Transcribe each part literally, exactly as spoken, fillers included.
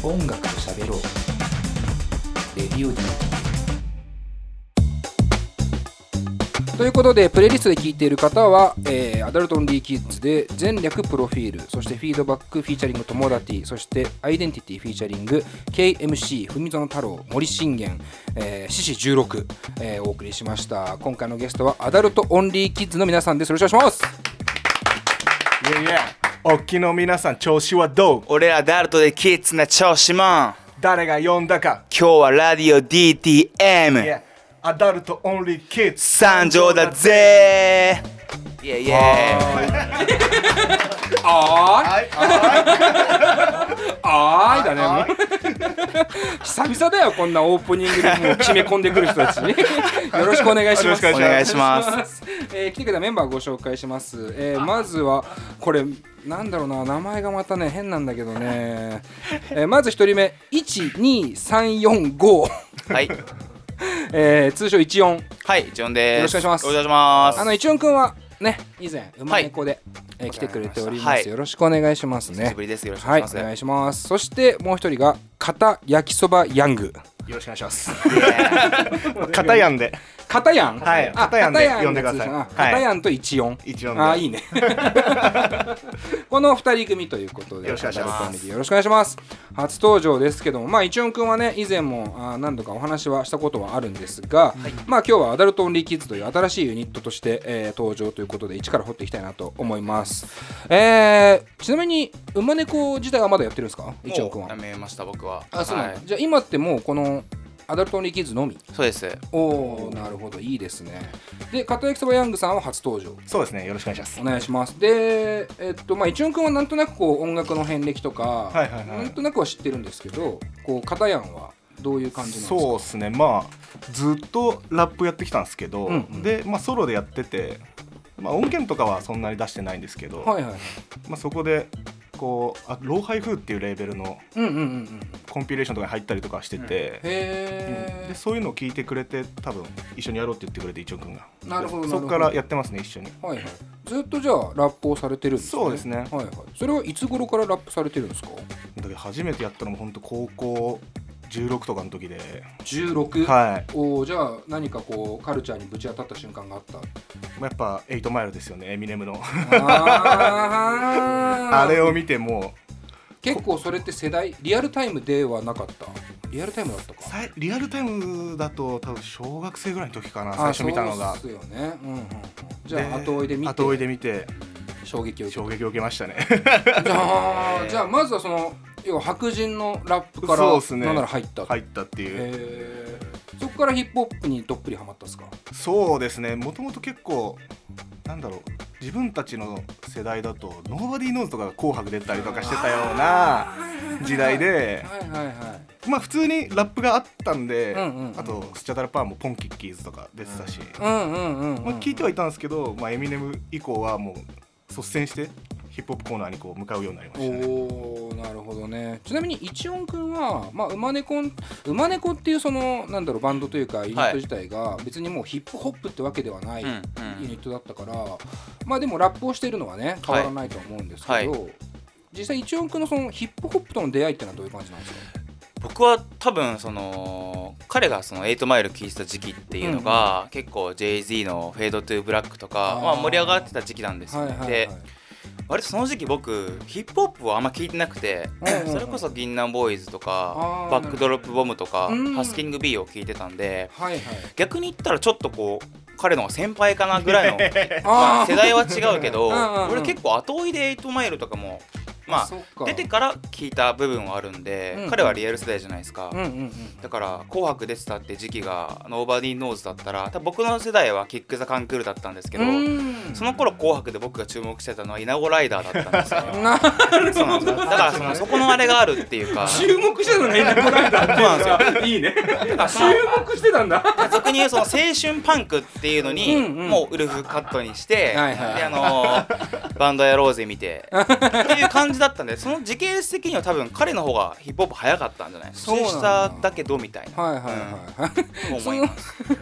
音楽で喋ろう。レディオ ディーティー ということで、プレイリストで聴いている方は、えー、アダルトオンリーキッズで前略プロフィール、そしてフィードバックフィーチャリング友達、そしてアイデンティティフィーチャリング ケーエムシー 文園太郎、森信玄、えー、獅子じゅうろく、えー、お送りしました。今回のゲストはアダルトオンリーキッズの皆さんです。よろしくお願いします。 いやいや、おっきの皆さん、調子はどう？ 俺らアダルトでキッズな調子もん。 誰が呼んだか。 今日はラディオ ディーティーエム、 yeah. アダルトオンリーキッズ参上だぜー。イエイイエーイ。 あーいあーいだね。もう久々だよ、こんなオープニングでもう決め込んでくる人たち。よろしくお願いします。 お願いします。 えー、来てくれたメンバーをご紹介します。えー、まずはこれなんだろうな、名前がまたね変なんだけどね。えー、まずひとりめいちにさんよんご。 はい。 えー、通称いちよん。 はい、いちよんです。 よろしくお願いします。 お願いします。 あのいちよんくんはね、以前馬猫で、はい、えー、来てくれております、はい、よろしくお願いしますね。 久しぶりです。よろしくお願いします。 はい、お願いします。そしてもう一人が片焼きそばヤング。 よろしくお願いします。片やんで。 片やん。 はい。片やんで呼んでください。 片やんといちよん。 いちよん。 あ、いいね。このふたり組ということで、 よろしくお願いします。 よろしくお願いします。初登場ですけども、まあいちよんくんはね、以前もあ何度かお話はしたことはあるんですが、はい、まあ今日はアダルトオンリーキッズという新しいユニットとして、えー、登場ということで、一から掘っていきたいなと思います。えー、ちなみに馬猫自体はまだやってるんですか？いちよんくんは。 やめました僕は。 あ、そうなんだ。じゃあ今ってもうこのアダルトオンリーキッズのみ？ そうです。 おー、なるほど、いいですね。で、片焼きそばヤングさんは初登場。 そうですね、よろしくお願いします。 お願いします。で、えっとまあいちよんくんはなんとなくこう音楽の遍歴とか、はいはいはい、なんとなくは知ってるんですけど、こう片やんはどういう感じなんですか？ そうですね、まあずっとラップやってきたんですけど、うんうん、で、まあ、ソロでやってて、まあ、音源とかはそんなに出してないんですけど、はいはい、まあ、そこでこうあローハイフーっていうレーベルのコンピレーションとかに入ったりとかしてて、うん、へでそういうのを聞いてくれて、多分一緒にやろうって言ってくれて、いちよんくんが。 なるほど、 そこからやってますね、一緒に。 はいはい。ずっとじゃあラップをされてるんですね。 そうですね、 はいはい。それはいつ頃からラップされてるんですか？ だけど初めてやったのも本当高校じゅうろくとかの時で。 じゅうろく？ はい。 お、じゃあ何かこうカルチャーにぶち当たった瞬間があった？ やっぱエイトマイルですよね、エミネムの。 あ, あれを見ても結構それって世代リアルタイムではなかった？リアルタイムだったか？ リアルタイムだと多分小学生ぐらいの時かな、最初見たのが。 そうですよね、うんうんうん、じゃあ後追いで見て後追いで見て衝撃を受け衝撃を受けましたね。 じゃあじゃあまずはその要は白人のラップからなんなら入った、 入ったっていう。 そこからヒップホップにどっぷりハマったんですか？ そうですね、もともと結構なんだろう、自分たちの世代だとノーバディーノーズとかが紅白出たりとかしてたような時代で、まあ普通にラップがあったんで、うんうんうん、あとスチャダラパーもポンキッキーズとか出てたし、聞いてはいたんですけど、まあ、エミネム以降はもう率先してヒップホップコーナーにこう向かうようになりましたね。 おー、なるほどね。ちなみにいちよんくんは、まあ、馬猫馬猫っていうそのなんだろうバンドというかユニット自体が別にもうヒップホップってわけではないユニットだったから、うんうん、まあでもラップをしているのはね変わらないと思うんですけど、はいはい、実際いちよんくんのそのヒップホップとの出会いってのはどういう感じなんですか？ 僕は多分その彼がそのエイトマイル聴いてた時期っていうのが、うんうん、結構 ジェイズィー のフェードトゥーブラックとかまあ、盛り上がってた時期なんですよ、はいはいはい、で割とその時期僕ヒップホップをあんま聞いてなくて、うんうんうん、それこそ銀杏ボーイズとかバックドロップボムとか、うん、ハスキング B を聞いてたんで、はいはい、逆に言ったらちょっとこう彼の先輩かなぐらいのまあ世代は違うけど俺結構後追いでエイトマイルとかもまあ出てから聞いた部分はあるんで、うんうん、彼はリアル世代じゃないですか、うんうんうん、だから紅白出てたって時期がノーバディーノーズだったら多分僕の世代はキックザカンクールだったんですけど、その頃紅白で僕が注目してたのはイナゴライダーだったんですよ。そうなんですよ。だからそのそこのあれがあるっていうか注目してたのイナゴライダーっていうのがいいね。注目してたんだ。 俗に言うその青春パンクっていうのに、うんうん、もうウルフカットにして、はいはい、であのー、バンドやろうぜ見てっていう感じだったんで、その時系列的には多分彼の方がヒップホップ早かったんじゃない？年下だけどみたいな、 はいはいはい、 うん、思います。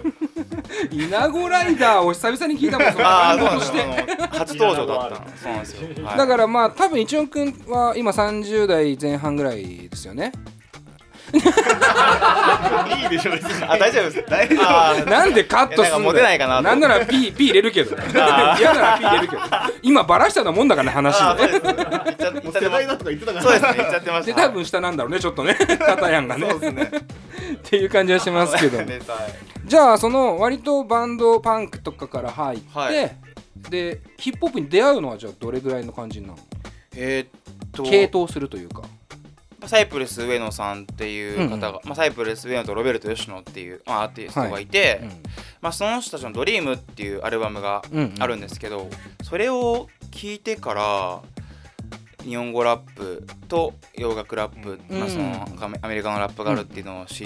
稲子ライダーを久々に聞いたもん。 ああ、そうなんです。初登場だったの。そうなんですよ。 だからまあ多分一音くんは今さんじゅう代前半ぐらいですよね。 いいでしょ別に。 あ、大丈夫です。大丈夫。 なんでカットすんの。 モテないかな。 なんなら P P 入れるけど。嫌なら P 入れるけど。今バラしたのもんだからね話で。 世代だとか言ってたから。 そうですね。言っちゃってました。 で多分下なんだろうねちょっとね。片やんがね。 そうですね。 っていう感じはしますけど。じゃあその割とバンドパンクとかから入って、はい、でヒップホップに出会うのはじゃあどれぐらいの感じなの？ えー、っと系統するというか。 サイプレス上野さんっていう方が、うんうんまあ、サイプレス上野とロベルト吉野っていう、まあ、アーティストがいて、はいうんまあ、その人たちのドリームっていうアルバムがあるんですけど、うんうん、それを聴いてから日本語ラップと洋楽ラップ、うんまあ、そのアメリカのラップがあるっていうのを知って、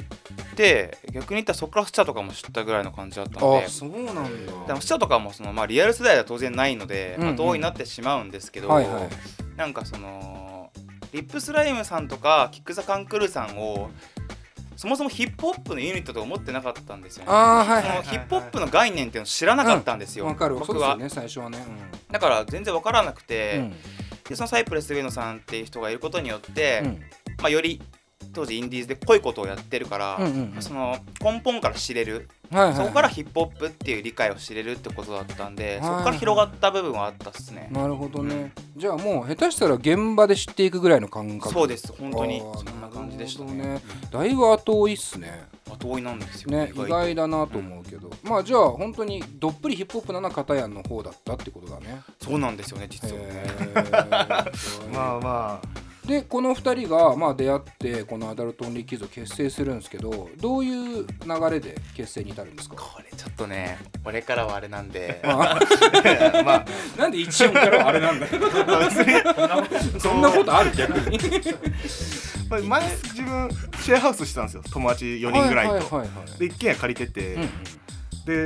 うん、逆に言ったらそこからスチャとかも知ったぐらいの感じだったので、 あそうなんだ。 でもスチャとかもその、まあ、リアル世代では当然ないので、うんうんまあ、遠いになってしまうんですけど、はいはい、なんかそのリップスライムさんとかキック・ザ・カンクルーさんをそもそもヒップホップのユニットと思ってなかったんですよね。 あ、はいはいはいはい、 そのヒップホップの概念っていうのを知らなかったんですよ、 うん、分かる僕は。 そうですよね最初はね、 うん、だから全然分からなくて、うん、でそのサイプレス上野さんっていう人がいることによって、うんまあ、より当時インディーズで濃いことをやってるから、うんうんうん、その根本から知れる、はいはいはい、そこからヒップホップっていう理解を知れるってことだったんで、はいはい、そこから広がった部分はあったっすね。 なるほどね、うん、じゃあもう下手したら現場で知っていくぐらいの感覚。 そうです本当にそんな感じでしたね。 ねだいぶ後追いっすね。 後追いなんですよね。意外だなと思うけど、うん、まあじゃあ本当にどっぷりヒップホップなのは片やんの方だったってことだね。 そうなんですよね実はねまあまあでこのふたりがまあ出会ってこのアダルトオンリーキッズを結成するんですけど、どういう流れで結成に至るんですか？ これちょっとね俺からはあれなんでまあ、なんで一音からはあれなんだそんなことある逆に前自分シェアハウスしてたんですよ友達よにんぐらいと、はいはいはいはい、で一軒家借りてて、うんうん、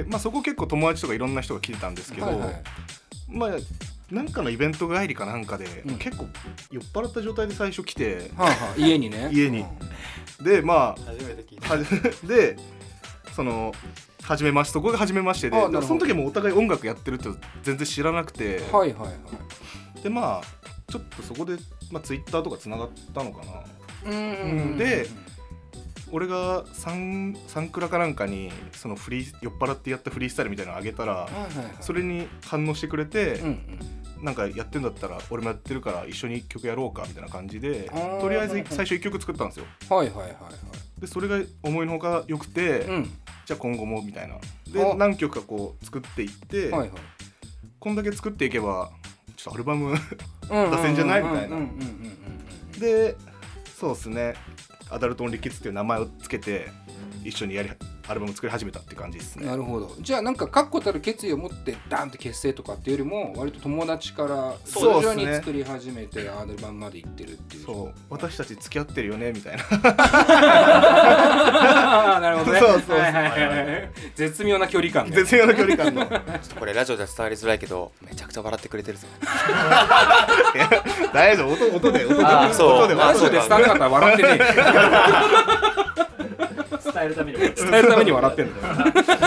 で、まあ、そこ結構友達とかいろんな人が来てたんですけど、はいはい、まあなんかのイベント帰りかなんかで、うん、結構酔っ払った状態で最初来て、 はあはあ、家にね家に、うん、でまあ初めて聞いたでその初めましてそこが初めましてで、でその時もお互い音楽やってるって全然知らなくて、 はいはいはい、 でまあちょっとそこで、まあ、ツイッターとかつながったのかな。 うんうんうん、 で俺がサン、サンクラかなんかにそのフリー酔っ払ってやったフリースタイルみたいなのをあげたら、はいはいはい、それに反応してくれて、うんうん、なんかやってんだったら俺もやってるから一緒に曲やろうかみたいな感じでとりあえず最初いっきょく作ったんですよ。 はいはいはいはい。 でそれが思いのほか良くて、うん、じゃあ今後もみたいなで何曲かこう作っていって、はいはい、こんだけ作っていけばちょっとアルバム出せんじゃないみたいな。でそうですねアダルトオンリーキッズっていう名前をつけて一緒にやりアルバム作り始めたって感じですね。 なるほど。じゃあなんか確固たる決意を持ってダンと結成とかっていうよりも割と友達から徐々に作り始めてアルバムまでいってるっていう。 そう私たち付き合ってるよねみたいななるほどね。そうそうそう、はいはいはい、絶妙な距離感、ね、 絶妙な距離感のこれラジオでは伝わりづらいけどめちゃくちゃ笑ってくれてるぞ大丈夫 音, 音で音であそう音でラジオで伝わらなかったら笑ってねえ伝えるために伝えるために笑ってんだよ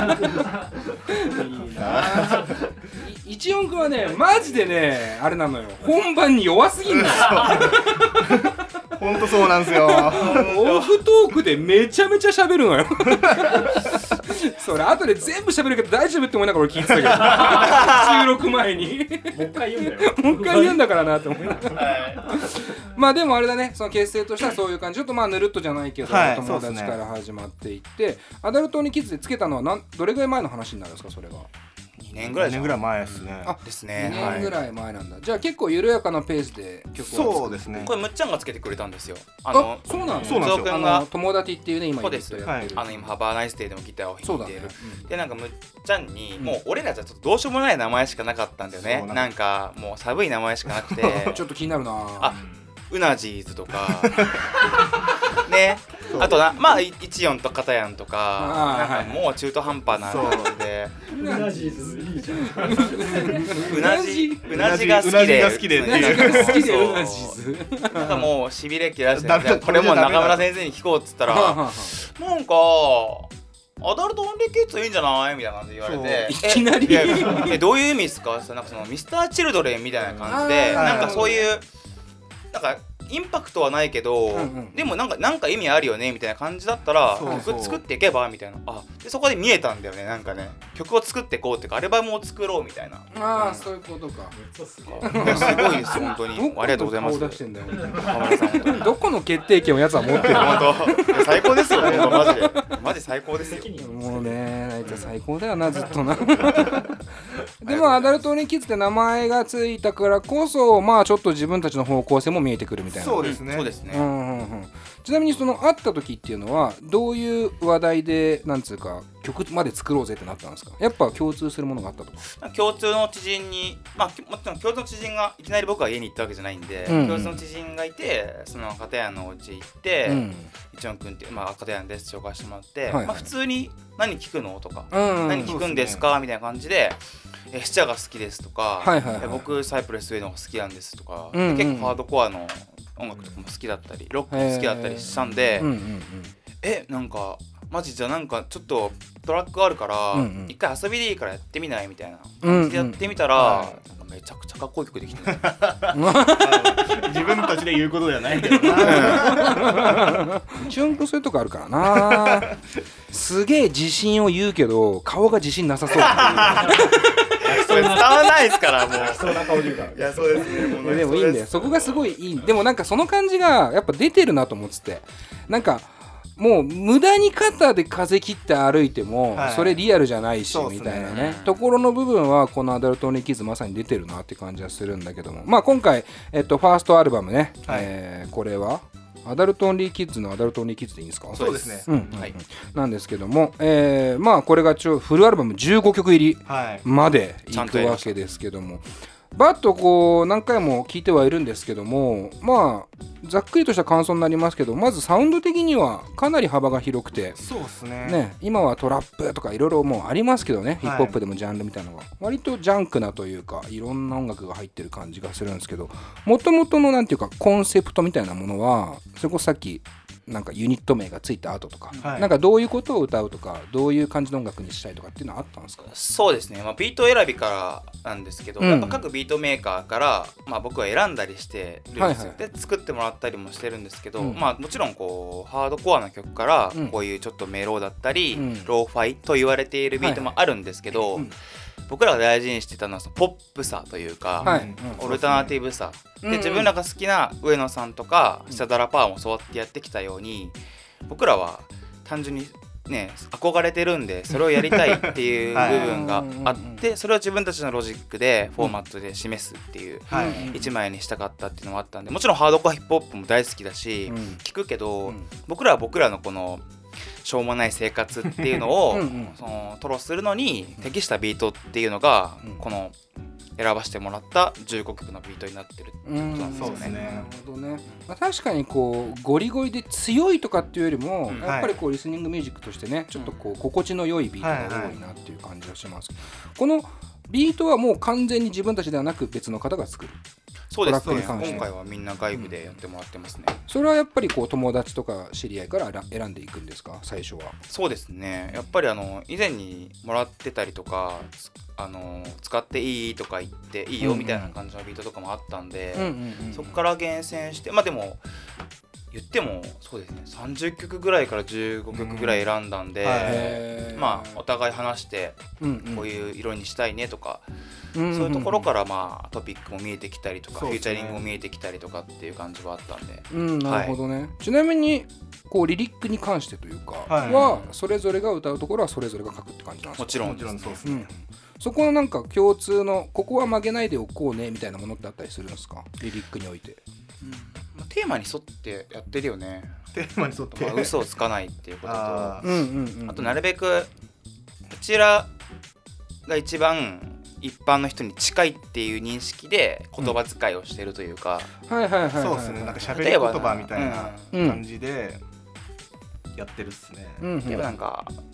いいな一音くんはねマジでねあれなのよ本番に弱すぎんのよほんとそうなんですよオフトークでめちゃめちゃ喋るのよそれ後で全部喋るけど大丈夫って思いながら俺聞いてたけど収録前にもう一回言うんだよもう一回言うんだからなって思いながら、はい、まあでもあれだねその結成としてはそういう感じちょっとまあぬるっとじゃないけど、はい、友達から始まっていって、ね、アダルトオンリーキッズでつけたのはなんどれぐらい前の話になるんですかそれが。 にねんぐらいにねんぐらい前ですね。 あですね。にねんぐらい前なんだ。じゃあ結構緩やかなペースで曲を作って。 そうですね。 これむっちゃんがつけてくれたんですよ。 あのあそうなんです。 そうなんですよ。 あの友達っていうね今言ってやってる。あの今ハバーナイスデーでもギターを弾いている。でなんかむっちゃんにもう俺らじゃちょっとどうしようもない名前しかなかったんだよね。なんかもう寒い名前しかなくて。 ちょっと気になるな。 あうなじーずとかね。あとなまあ一音と片やんとかなんかもう中途半端な感じでうなじずいいじゃんうなじうなじが好きでうなじが好きでうなじが好きでうなじずなんかもうしびれ切らしてこれもう中村先生に聞こうっつったらなんかアダルトオンリーキッズいいんじゃないみたいな感じで言われて、 いきなりええどういう意味ですか？なんかそのミスターチルドレンみたいな感じで、なんかそういうなんかインパクトはないけど、うんうん、でもなんかなんか意味あるよねみたいな感じだったら曲作っていけばみたいな、あでそこで見えたんだよね、なんかね曲を作っていこうっていうかアルバムを作ろうみたいな。 ああ、うん、そういうことか。めっちゃすごい。 いやすごいです本当に。ありがとうございます。 顔出してんだよね。どこの決定権をやつは持ってるの？ 本当最高ですよ本当マジでマジ最高ですよ。 もうね、あいつは最高だよなずっとな。でもアダルトオンリーキッズって名前がついたからこそ、まあちょっと自分たちの方向性も見えてくるみたいな。 そうですね。 そうですね。 うんうんうん。ちなみにその会った時っていうのはどういう話題でなんつうか曲まで作ろうぜってなったんですか？やっぱ共通するものがあったとか。 共通の知人に、まあもちろん共通の知人がいきなり僕が家に行ったわけじゃないんで、うんうん、共通の知人がいて、その片谷のお家行って、うん、一音くんってまあ片谷です紹介してもらって、はいはい、まあ普通に何聞くのとか、うんうん、何聞くんですか、ね、みたいな感じで。えシチャが好きですとか、はいはいはい、え僕サイプレスウェイの方が好きなんですとか、うんうん、結構ハードコアの音楽とかも好きだったりロックも好きだったりしたんで、うんうんうん、えなんかマジじゃなんかちょっとトラックあるから、うんうん、一回遊びでいいからやってみないみたいな感じでやってみたら、うんうん、なんかめちゃくちゃかっこいい曲できて、ね、 自分たちで言うことじゃないけどな。 チュンとそういうとこあるからな。すげえ自信を言うけど顔が自信なさそう。 それ伝わらないですからもう。 そうな顔で言うから。 いやそうですね。もうでもいいんだよ。そこがすごいいい。でもなんかその感じがやっぱ出てるなと思ってて、なんかもう無駄に肩で風切って歩いても、はい、それリアルじゃないしみたいなね、ねところの部分はこのアダルトオンリーキッズまさに出てるなって感じはするんだけども、まあ今回えっとファーストアルバムね、はいえー、これはアダルトオンリーキッズのアダルトオンリーキッズでいいんですか？ そうですね、 うんはい、なんですけども、えー、まあこれがちょフルアルバムじゅうごきょく入りまでいくわけですけども、バッとこう何回も聞いてはいるんですけども、まあざっくりとした感想になりますけど、まずサウンド的にはかなり幅が広くて、 そうですね。 ね、今はトラップとかいろいろもうありますけどね、ヒップホップでもジャンルみたいなのが割とジャンクなというかいろんな音楽が入ってる感じがするんですけど、もともとのなんていうかコンセプトみたいなものはそれこそさっきなんかユニット名がついた後とか、はい、なんかどういうことを歌うとかどういう感じの音楽にしたいとかっていうのはあったんですか？ そうですね、まあ、ビート選びからなんですけど、うん、やっぱ各ビートメーカーから、まあ、僕は選んだりしてるんですよ、はいはい、で作ってもらったりもしてるんですけど、うんまあ、もちろんこうハードコアな曲からこういうちょっとメロだったり、うん、ローファイと言われているビートもあるんですけど、はいはいうん僕らが大事にしてたのはそのポップさというか、はい、オルタナティブさ、うん、で自分らが好きな上野さんとかシャダラパーもそうやってやってきたように、僕らは単純にね憧れてるんでそれをやりたいっていう部分があってそれを自分たちのロジックでフォーマットで示すっていう一枚にしたかったっていうのもあったんで、もちろんハードコアヒップホップも大好きだし、うん、聞くけど、うん、僕らは僕らのこのしょうもない生活っていうのをうん、うん、その吐露するのに適したビートっていうのが、うん、この選ばせてもらったじゅうごきょくのビートになってるってことなんですよね。そうですね。 なるほどね。まあ、確かにこうゴリゴリで強いとかっていうよりも、うん、やっぱりこうリスニングミュージックとしてね、ちょっとこう心地の良いビートが多いなっていう感じがします。はいはい、このビートはもう完全に自分たちではなく別の方が作る。 そうですね。今回はみんな外部でやってもらってますね。うん、 それはやっぱりこう友達とか知り合いから選んでいくんですか、最初は？そうですね。やっぱりあの以前にもらってたりとか、あの使っていいとか言っていいよみたいな感じのビートとかもあったんで、そこから厳選して、まあでも言ってもそうですね、さんじゅっきょくぐらいからじゅうごきょくぐらい選んだんで、うん、まあお互い話してこういう色にしたいねとか、うんうん、そういうところからまあトピックも見えてきたりとか、フューチャリングも見えてきたりとかっていう感じはあったんで、 うん、なるほどね、はい、ちなみにこうリリックに関してというかはそれぞれが歌うところはそれぞれが書くって感じなんですか？ もちろんもちろんそうですね、うん、 そこのなんか共通のここは曲げないでおこうねみたいなものってあったりするんですか、リリックにおいて？ うんまあ、テーマに沿ってやってるよね。 テーマに沿って、 まあ、嘘をつかないっていうこととあ,、 うんうんうん、 あとなるべくこちらが一番一般の人に近いっていう認識で言葉遣いをしてるというか、 うん、はいはいはい、はい、 そうですね、なんか喋り言葉みたいな感じでやってるっすね。 例えばなんか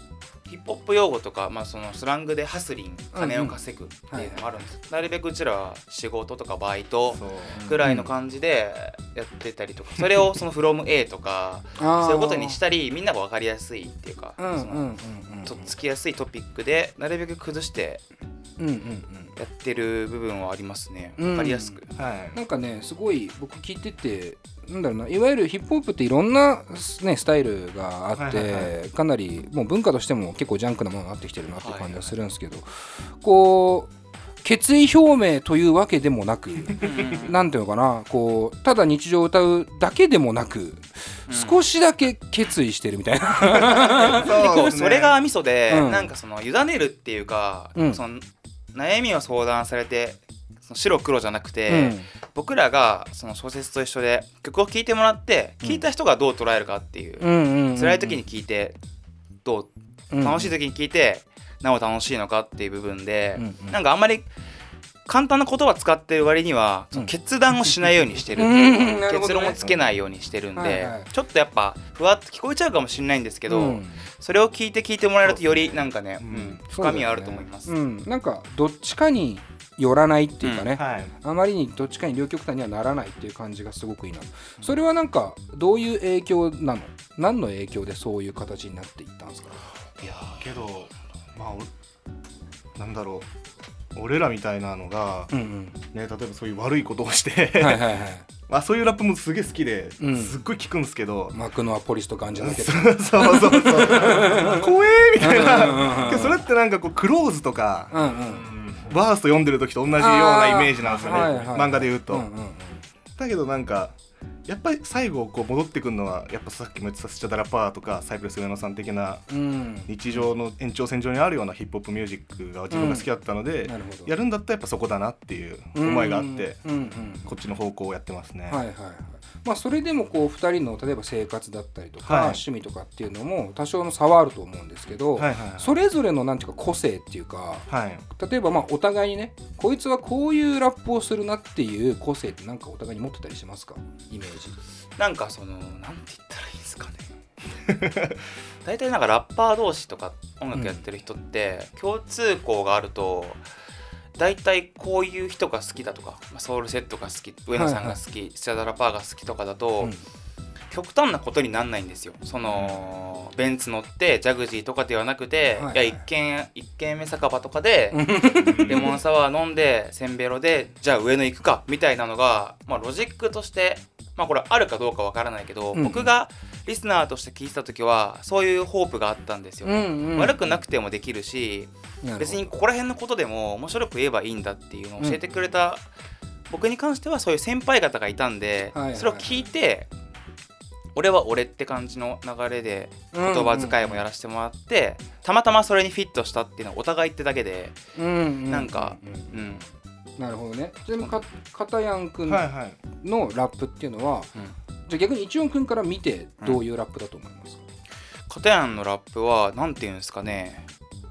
ヒップホップ用語とか、まあ、そのスラングでハスリン金を稼ぐっていうのもあるんです、うんうん、なるべくうちらは仕事とかバイトぐらいの感じでやってたりとか、それをその フロムエー とかそういうことにしたり、みんなが分かりやすいっていうか、そのとっつきやすいトピックでなるべく崩してやってる部分はありますね、分かりやすく、 うんはい、なんかねすごい僕聞いててなんだろうな、いわゆるヒップホップっていろんな、ね、スタイルがあって、はいはいはい、かなりもう文化としても結構ジャンクなものになってきてるなっていう感じがするんですけど、はいはい、こう決意表明というわけでもなくなんていうのかな、こうただ日常を歌うだけでもなく、うん、少しだけ決意してるみたいなそう、ね、それがミソで、うん、なんかその委ねるっていうか、うん、その悩みを相談されてその白黒じゃなくて、うん、僕らがその小説と一緒で曲を聴いてもらって聴いた人がどう捉えるかっていう、うん、辛い時に聴いてどう楽しい時に聴いてなお楽しいのかっていう部分で、うんうん、なんかあんまり簡単な言葉使ってる割にはその決断をしないようにしてるっていうか、うん、結論をつけないようにしてるんで、はいはい、ちょっとやっぱふわっと聞こえちゃうかもしれないんですけど、うん、それを聞いて聞いてもらえるとよりなんかね、うんうん、深みはあると思います、 うん、なんかどっちかに寄らないっていうかね、うんはい、あまりにどっちかに両極端にはならないっていう感じがすごくいいな。それはなんかどういう影響なの？何の影響でそういう形になっていったんですか？ いやけどまあなんだろう、俺らみたいなのが、うんうんね、例えばそういう悪いことをしてはいはい、はいまあ、そういうラップもすげえ好きで、うん、すっごい聞くんですけど、 マクノアポリスと感じだけどそうそうそうそう怖えみたいなそれってなんかこうクローズとか、うんうんバースト読んでる時と同じようなイメージなんですよね、はいはい、漫画で言うと、うんうんうん、だけどなんかやっぱり最後こう戻ってくるのはやっぱさっきも言ってたスチャダラパーとかサイプレス上野さん的な日常の延長線上にあるようなヒップホップミュージックが自分が好きだったので、うん、やるんだったらやっぱそこだなっていう思いがあって、うんうんうん、こっちの方向をやってますね、はいはいはい。 まあ、それでもこうふたりの例えば生活だったりとか、はい、趣味とかっていうのも多少の差はあると思うんですけど、はいはいはい、それぞれのなんていうか個性っていうか、はい、例えばまあお互いにねこいつはこういうラップをするなっていう個性ってなんかお互いに持ってたりしますか？イメージなんかそのなんて言ったらいいですかね大体なんかラッパー同士とか音楽やってる人って共通項があると、だいたいこういう人が好きだとかソウルセットが好き、上野さんが好き、はいはい、スチャダラパーが好きとかだと、うん、極端なことになんないんですよ。そのベンツ乗ってジャグジーとかではなくて、はいはい、いや一軒一軒目酒場とかでレモンサワー飲んでせんべろでじゃあ上野行くかみたいなのが、まあ、ロジックとしてまあこれあるかどうかわからないけど、うん、僕がリスナーとして聞いてた時はそういうホープがあったんですよね、うんうん、悪くなくてもできるし別にここら辺のことでも面白く言えばいいんだっていうのを教えてくれた、うん、僕に関してはそういう先輩方がいたんで、はいはいはい、それを聞いて俺は俺って感じの流れで言葉遣いもやらせてもらって、うんうんうん、たまたまそれにフィットしたっていうのはお互いってだけで、うんうんうん、なんか、うん、 なるほどね。ちなみにか片やくんのラップっていうのは、はいはい、じゃあ逆に一音くんから見てどういうラップだと思いますか？ うん、片やのラップはなんていうんですかね、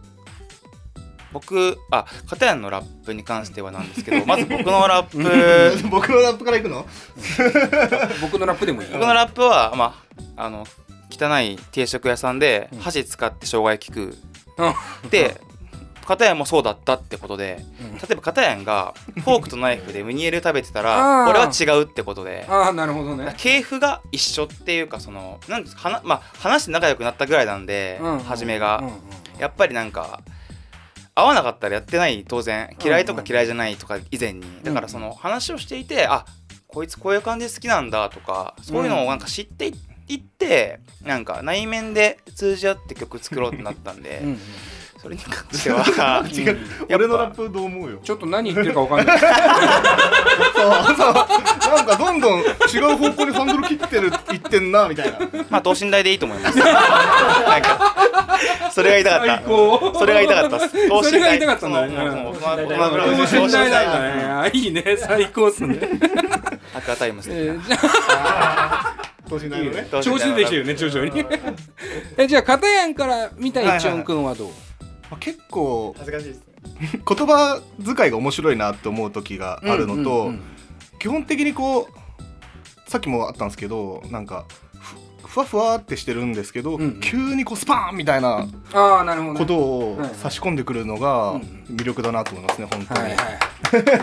僕あ片やのラップに関してはなんですけどまず僕のラップ僕のラップからいくの僕のラップでもいい。 僕のラップは、まあ、あの汚い定食屋さんで箸使って生姜焼き食う、うん、で片やもそうだったってことで、うん、例えば片やがフォークとナイフでムニエル食べてたら俺は違うってことで、 ああなるほどね。 系譜が一緒っていうかそのなんですか、まあ、話して仲良くなったぐらいなんで、うんうん、初めが、うんうん、やっぱりなんか合わなかったらやってない、当然嫌いとか嫌いじゃないとか以前に、だからその話をしていて、あこいつこういう感じで好きなんだとかそういうのをなんか知っていってなんか内面で通じ合って曲作ろうってなったんでうん、うん、それに関しては違う、俺のラップどう思うよ。 ちょっと何言ってるか分かんないそうそうなんかどんどん違う方向にハンドル切ってる言ってんなみたいな。 まあ等身大でいいと思いますなんかそれが言いたかったそれが言いたかったっす。 等身大それが言いたかったんだね。等身大だね。いいね、最高っすねアクアタイムス的な等身大のね、 調子出てきてるね徐々にえじゃあ片やんから見た一音くんはどう？ 結構恥ずかしいですね言葉遣いが面白いなって思う時があるのと、うんうんうん、基本的にこうさっきもあったんですけどなんかフふわふわってしてるんですけど、 うん、 急にこうスパーンみたいなことを差し込んでくるのが魅力だなと思いますね、本当に、はいはい、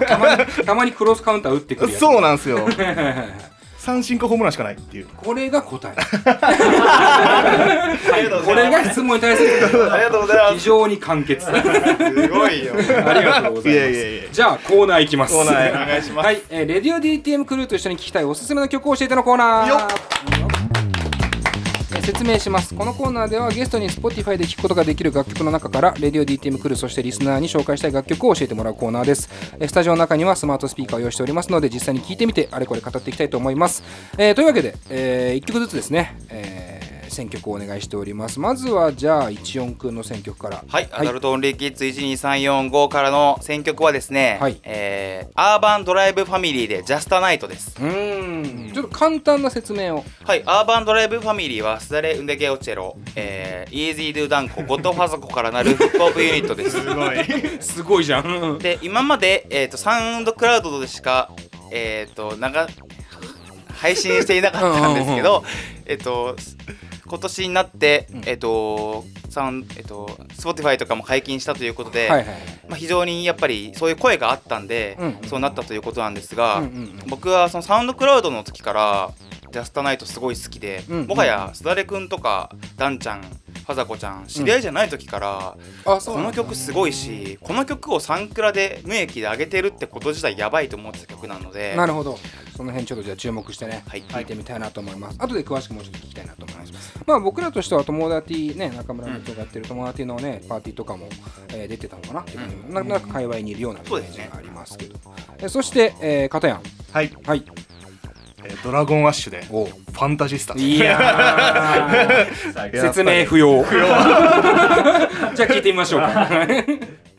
たまにたまにクロスカウンター打ってくるやつそうなんですよ三振かホームランしかないっていう。 これが答えこれが質問に対するありがとうございます。 非常に簡潔すごいよありがとうございます。いやいやいや、じゃあコーナーいきます。 コーナーお願いします。 はい、えー、レディオ ディーティーエム クルーと一緒に聴きたいおすすめの曲を教えてのコーナーよっ。説明します。このコーナーではゲストに Spotify で聴くことができる楽曲の中からレディオ ディーティーエム クルー、そしてリスナーに紹介したい楽曲を教えてもらうコーナーです。スタジオの中にはスマートスピーカーを用意しておりますので、実際に聴いてみてあれこれ語っていきたいと思います。えー、というわけで、えー、いっきょくずつですね、えー選曲をお願いしております。まずはじゃあいちよんくんの選曲から。 はい、はい、アダルトオンリーキッズいちにさんよんごからの選曲はですね、はい、えー、アーバンドライブファミリーでジャストナイトです。 うーん、ちょっと簡単な説明を。 はい、アーバンドライブファミリーはスダレウンデゲオチェロ、えー、イージードゥダンコ、ゴッドファザコからなるヒップホップユニットです。 すごいすごいじゃん。 で、今まで、えーと、サウンドクラウドでしか、えーと、なんか配信していなかったんですけどえっと今年になって、うん、えっとサウンえっと Spotify とかも解禁したということで、はいはいはい、まあ、非常にやっぱりそういう声があったんで、うんうん、そうなったということなんですが、うんうんうん、僕はそのサウンドクラウドの時からジャストナイトすごい好きで、うんうん、もはやすだれくんとかダンちゃん、ファザコちゃん知り合いじゃない時から、うん、この曲すごいし、この曲をサンクラで無益で上げてるってこと自体やばいと思ってた曲なので。 なるほど、その辺ちょっとじゃあ注目してね、はい、聞いてみたいなと思います。後で詳しくもうちょっと聞きたいなと思います。まあ僕らとしては友達ね、中村の人がやってる友達のね、パーティーとかも、えー、出てたのかな、うん、なんとなく界隈にいるようなイメージがありますけど、えそして、えー、片やん、 はいはい、えー、ドラゴンアッシュでファンタジスタ。 いや説明不要不要じゃあ聞いてみましょうか